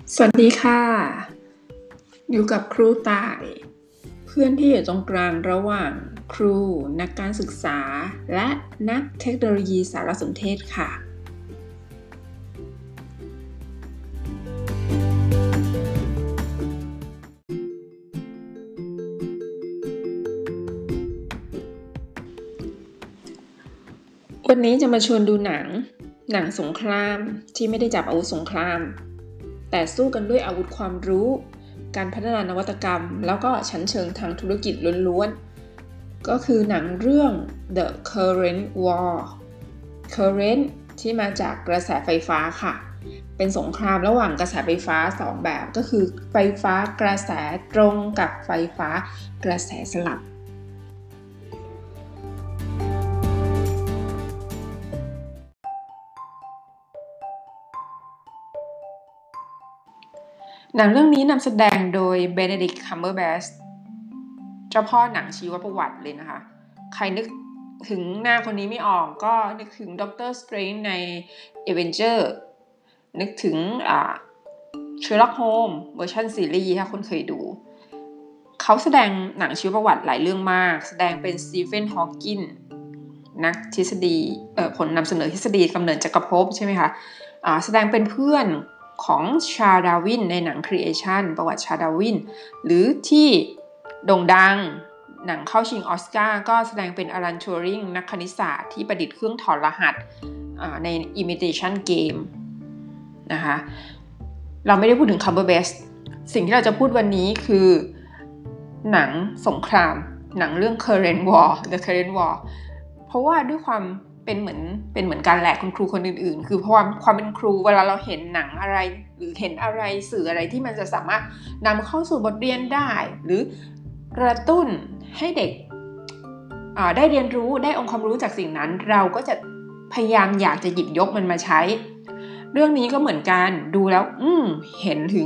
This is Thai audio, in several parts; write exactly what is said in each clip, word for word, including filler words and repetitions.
สวัสดีค่ะอยู่กับครูต่ายเพื่อนที่อยู่ตรงกลางระหว่างครูนักการศึกษาและนักเทคโนโลยีสารสนเทศค่ะวันนี้จะมาชวนดูหนังหนังสงครามที่ไม่ได้จับอาวุธสงครามแต่สู้กันด้วยอาวุธความรู้การพัฒนานวัตกรรมแล้วก็ชั้นเชิงทางธุรกิจล้วนๆก็คือหนังเรื่อง The Current War Current ที่มาจากกระแสไฟฟ้าค่ะเป็นสงครามระหว่างกระแสไฟฟ้าสองแบบก็คือไฟฟ้ากระแสตรงกับไฟฟ้ากระแสสลับหนังเรื่องนี้นำแสดงโดยเบเนดิกต์ คัมเบอร์แบชเจ้าพ่อหนังชีวประวัติเลยนะคะใครนึกถึงหน้าคนนี้ไม่ออกก็นึกถึงด็อกเตอร์สเตรนจ์ใน Avenger นึกถึงอ่า Sherlock Holmes เวอร์ชันซีรีส์ถ้าคนเคยดูเขาแสดงหนังชีวประวัติหลายเรื่องมากแสดงเป็นสตีเฟน ฮอว์กินนักทฤษฎีเอ่อผลนำเสนอทฤษฎีกำเนิดจักรภพใช่ไหมคะอ่าแสดงเป็นเพื่อนของชาร์ลส์ ดาร์วินในหนัง Creation ประวัติชาร์ลส์ ดาร์วินหรือที่โด่งดังหนังเข้าชิงออสการ์ก็แสดงเป็นอลัน ทูริงนักคณิตศาสตร์ที่ประดิษฐ์เครื่องถอดรหัสใน Imitation Game นะคะเราไม่ได้พูดถึง Cumberbatch สิ่งที่เราจะพูดวันนี้คือหนังสงครามหนังเรื่อง Current War The Current War เพราะว่าด้วยความเป็นเหมือนเป็นเหมือนกันแหละคุณครูคนอื่นๆคือเพราะว่าความเป็นครูเวลาเราเห็นหนังอะไรหรือเห็นอะไรสื่ออะไรที่มันจะสามารถนำเข้าสู่บทเรียนได้หรือกระตุ้นให้เด็กได้เรียนรู้ได้องค์ความรู้จากสิ่งนั้นเราก็จะพยายามอยากจะหยิบยกมันมาใช้เรื่องนี้ก็เหมือนกันดูแล้วอืมเห็นถึง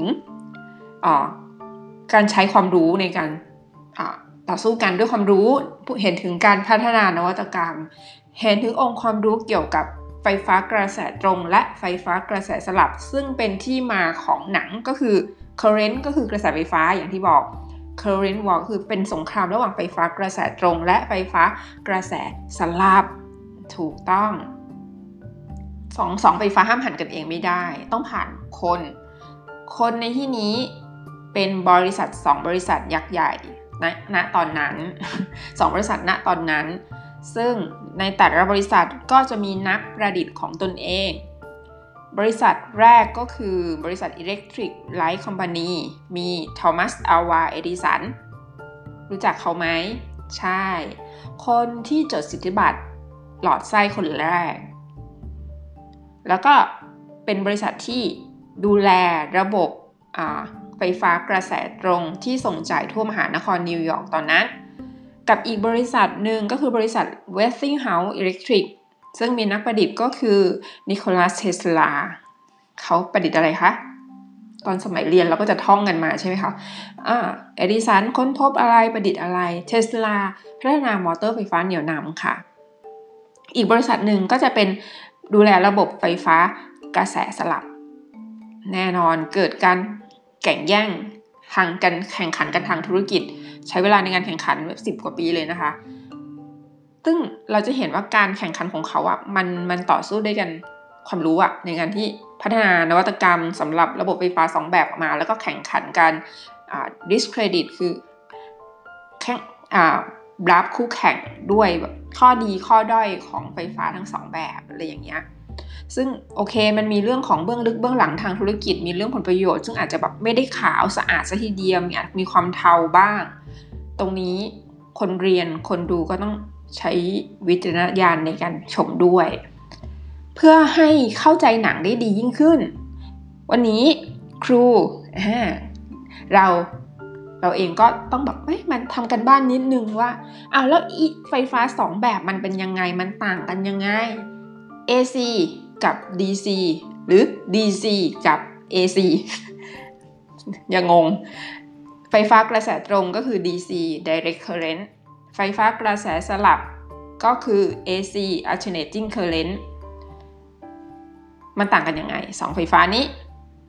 การใช้ความรู้ในการต่อสู้กันด้วยความรู้เห็นถึงการพัฒนานวัตกรรมเห็นถึงองค์ความรู้เกี่ยวกับไฟฟ้ากระแสตรงและไฟฟ้ากระแสสลับซึ่งเป็นที่มาของหนังก็คือ current ก็คือกระแสไฟฟ้าอย่างที่บอก current war คือเป็นสงครามระหว่างไฟฟ้ากระแสตรงและไฟฟ้ากระแสสลับถูกต้องสองสองไฟฟ้าห้ามหันกันเองไม่ได้ต้องผ่านคนคนในที่นี้เป็นบริษัทสองบริษัทยักษ์ใหญ่ณณตอนนั้นสองบริษัทณตอนนั้นซึ่งในแต่ละบริษัทก็จะมีนักประดิษฐ์ของตนเองบริษัทแรกก็คือบริษัท Electric Light Company มีทอมัส อัลวา เอดิสันรู้จักเขาไหมใช่คนที่จดสิทธิบัตรหลอดไส้คนแรกแล้วก็เป็นบริษัทที่ดูแลระบบไฟฟ้ากระแสตรงที่ส่งจ่ายทั่วมหานครนิวยอร์กตอนนั้นกับอีกบริษัทหนึ่งก็คือบริษัท Westinghouse Electric ซึ่งมีนักประดิษฐ์ก็คือนิโคลัส เทสลาเขาประดิษฐ์อะไรคะตอนสมัยเรียนเราก็จะท่องกันมาใช่ไหมคะอ่าเอดิสันค้นพบอะไรประดิษฐ์อะไรเทสลาพัฒนามอเตอร์ไฟฟ้าเหนี่ยวนำค่ะอีกบริษัทหนึ่งก็จะเป็นดูแลระบบไฟฟ้ากระแสสลับแน่นอนเกิดการแข่งแย่งทางกันแข่งขันกันทางธุรกิจใช้เวลาในการแข่งขันแบบสิบกว่าปีเลยนะคะซึ่งเราจะเห็นว่าการแข่งขันของเขาอ่ะมันมันต่อสู้ด้วยกันความรู้อ่ะในการที่พัฒนานวัตกรรมสำหรับระบบไฟฟ้าสองแบบออกมาแล้วก็แข่งขันกันอ่า discredit คือแข่งอ่าบลัฟคู่แข่งด้วยแบบข้อดีข้อด้อยของไฟฟ้าทั้งสองแบบอะไรอย่างเงี้ยซึ่งโอเคมันมีเรื่องของเบื้องลึกเบื้องหลังทางธุรกิจมีเรื่องผลประโยชน์ซึ่งอาจจะแบบไม่ได้ขาวสะอาดซะทีเดียวมีอาจมีความเทาบ้างตรงนี้คนเรียนคนดูก็ต้องใช้วิจารณญาณในการชมด้วยเพื่อให้เข้าใจหนังได้ดียิ่งขึ้นวันนี้ครูเราเราเองก็ต้องแบบเอ้ยมันทำกันบ้านนิดนึงว่าอ้าวแล้วไฟฟ้าสองแบบมันเป็นยังไงมันต่างกันยังไง เอ ซี กับ ดี ซี หรือ ดี ซี กับ เอ ซี อย่างงงไฟฟ้ากระแสตรงก็คือ ดี ซี Direct Current ไฟฟ้ากระแสสลับก็คือ เอ ซี Alternating Current มันต่างกันยังไงสองไฟฟ้านี้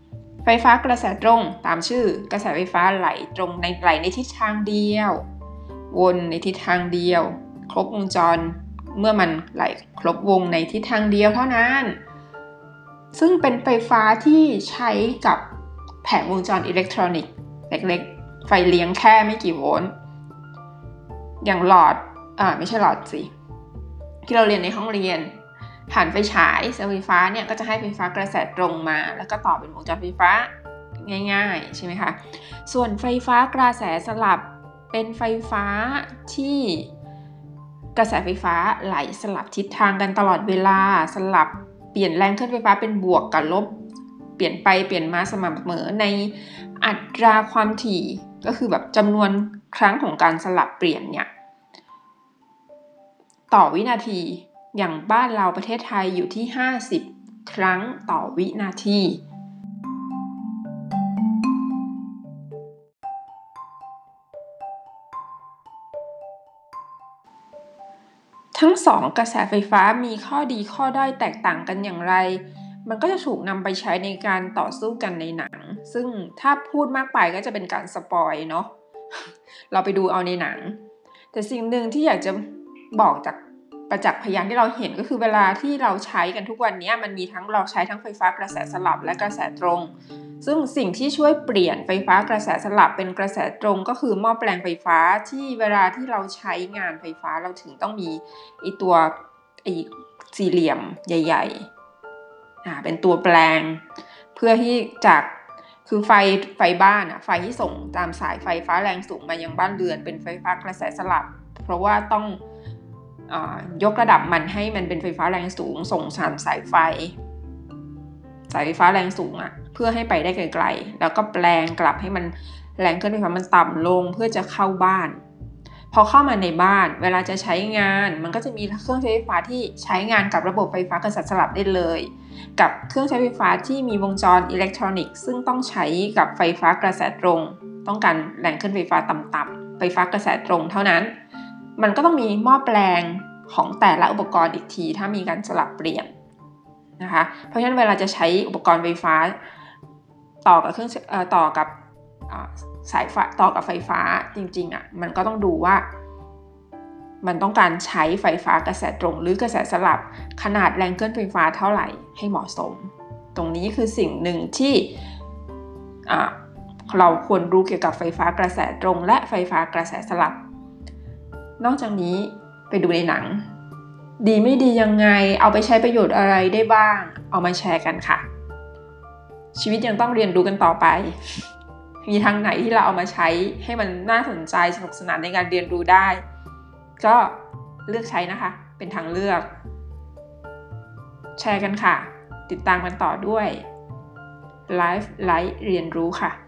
ไฟฟ้ากระแสตรงตามชื่อกระแสไฟฟ้าไหลตรงในไหลในทิศทางเดียววนในทิศทางเดียวครบวงจรเมื่อมันไหลครบวงในทิศทางเดียวเท่านั้นซึ่งเป็นไฟฟ้าที่ใช้กับแผงวงจรอิเล็กทรอนิกส์เล็กๆไฟเลี้ยงแค่ไม่กี่โวลต์อย่างหลอดอ่าไม่ใช่หลอดสิที่เราเรียนในห้องเรียนฐานไฟฉายเสาไฟฟ้าเนี่ยก็จะให้ไฟฟ้ากระแสตรงมาแล้วก็ต่อเป็นวงจรไฟฟ้าง่ายๆใช่ไหมคะส่วนไฟฟ้ากระแสสลับเป็นไฟฟ้าที่กระแสไฟฟ้าไหลสลับทิศทางกันตลอดเวลาสลับเปลี่ยนแรงเคลื่อนไฟฟ้าเป็นบวกกับลบเปลี่ยนไปเปลี่ยนมาสม่ำเสมอในอัตราความถี่ก็คือแบบจำนวนครั้งของการสลับเปลี่ยนเนี่ยต่อวินาทีอย่างบ้านเราประเทศไทยอยู่ที่ห้าสิบครั้งต่อวินาทีทั้งสองกระแสไฟฟ้ามีข้อดีข้อด้อยแตกต่างกันอย่างไรมันก็จะถูกนำไปใช้ในการต่อสู้กันในหนังซึ่งถ้าพูดมากไปก็จะเป็นการสปอยเนาะ เราไปดูเอาในหนังแต่สิ่งหนึ่งที่อยากจะบอกจากประจักษ์พยานที่เราเห็นก็คือเวลาที่เราใช้กันทุกวันนี้มันมีทั้งเราใช้ทั้งไฟฟ้ากระแสสลับและกระแสตรงซึ่งสิ่งที่ช่วยเปลี่ยนไฟฟ้ากระแสสลับเป็นกระแสตรงก็คือหม้อแปลงไฟฟ้าที่เวลาที่เราใช้งานไฟฟ้าเราถึงต้องมีไอตัวไอสี่เหลี่ยมใหญ่ๆอ่าเป็นตัวแปลงเพื่อที่จากคือไฟไฟบ้านอะไฟที่ส่งตามสายไฟฟ้าแรงสูงมายังบ้านเรือนเป็นไฟฟ้ากระแสสลับเพราะว่าต้องยกระดับมันให้มันเป็นไฟฟ้าแรงสูงส่งผ่านสายไฟสายไฟฟ้าแรงสูงอะเพื่อให้ไปได้ไกลๆแล้วก็แปลงกลับให้มันแรงเคลื่อนไฟฟ้ามันต่ำลงเพื่อจะเข้าบ้านพอเข้ามาในบ้านเวลาจะใช้งานมันก็จะมีเครื่องใช้ไฟฟ้าที่ใช้งานกับระบบไฟฟ้ากระแสสลับได้เลยกับเครื่องใช้ไฟฟ้าที่มีวงจรอิเล็กทรอนิกส์ซึ่งต้องใช้กับไฟฟ้ากระแสตรงต้องการแรงเคลื่อนไฟฟ้าต่ำๆไฟฟ้ากระแสตรงเท่านั้นมันก็ต้องมีหม้อแปลงของแต่ละอุปกรณ์อีกทีถ้ามีการสลับเปลี่ยนนะคะเพราะฉะนั้นเวลาจะใช้อุปกรณ์ไฟฟ้าต่อกับเครื่องเอ่อต่อกับสายไฟต่อกับไฟฟ้าจริงๆอ่ะมันก็ต้องดูว่ามันต้องการใช้ไฟฟ้ากระแสตรงหรือกระแสสลับขนาดแรงเคลื่อนไฟฟ้าเท่าไหร่ให้เหมาะสมตรงนี้คือสิ่งหนึ่งที่เราควรรู้เกี่ยวกับไฟฟ้ากระแสตรงและไฟฟ้ากระแสสลับนอกจากนี้ไปดูในหนังดีไม่ดียังไงเอาไปใช้ประโยชน์อะไรได้บ้างเอามาแชร์กันค่ะชีวิตยังต้องเรียนรู้กันต่อไปมีทางไหนที่เราเอามาใช้ให้มันน่าสนใจสนุกสนานในการเรียนรู้ได้ก็เลือกใช้นะคะเป็นทางเลือกแชร์กันค่ะติดตามกันต่อด้วยไลฟ์ไลฟ์เรียนรู้ค่ะ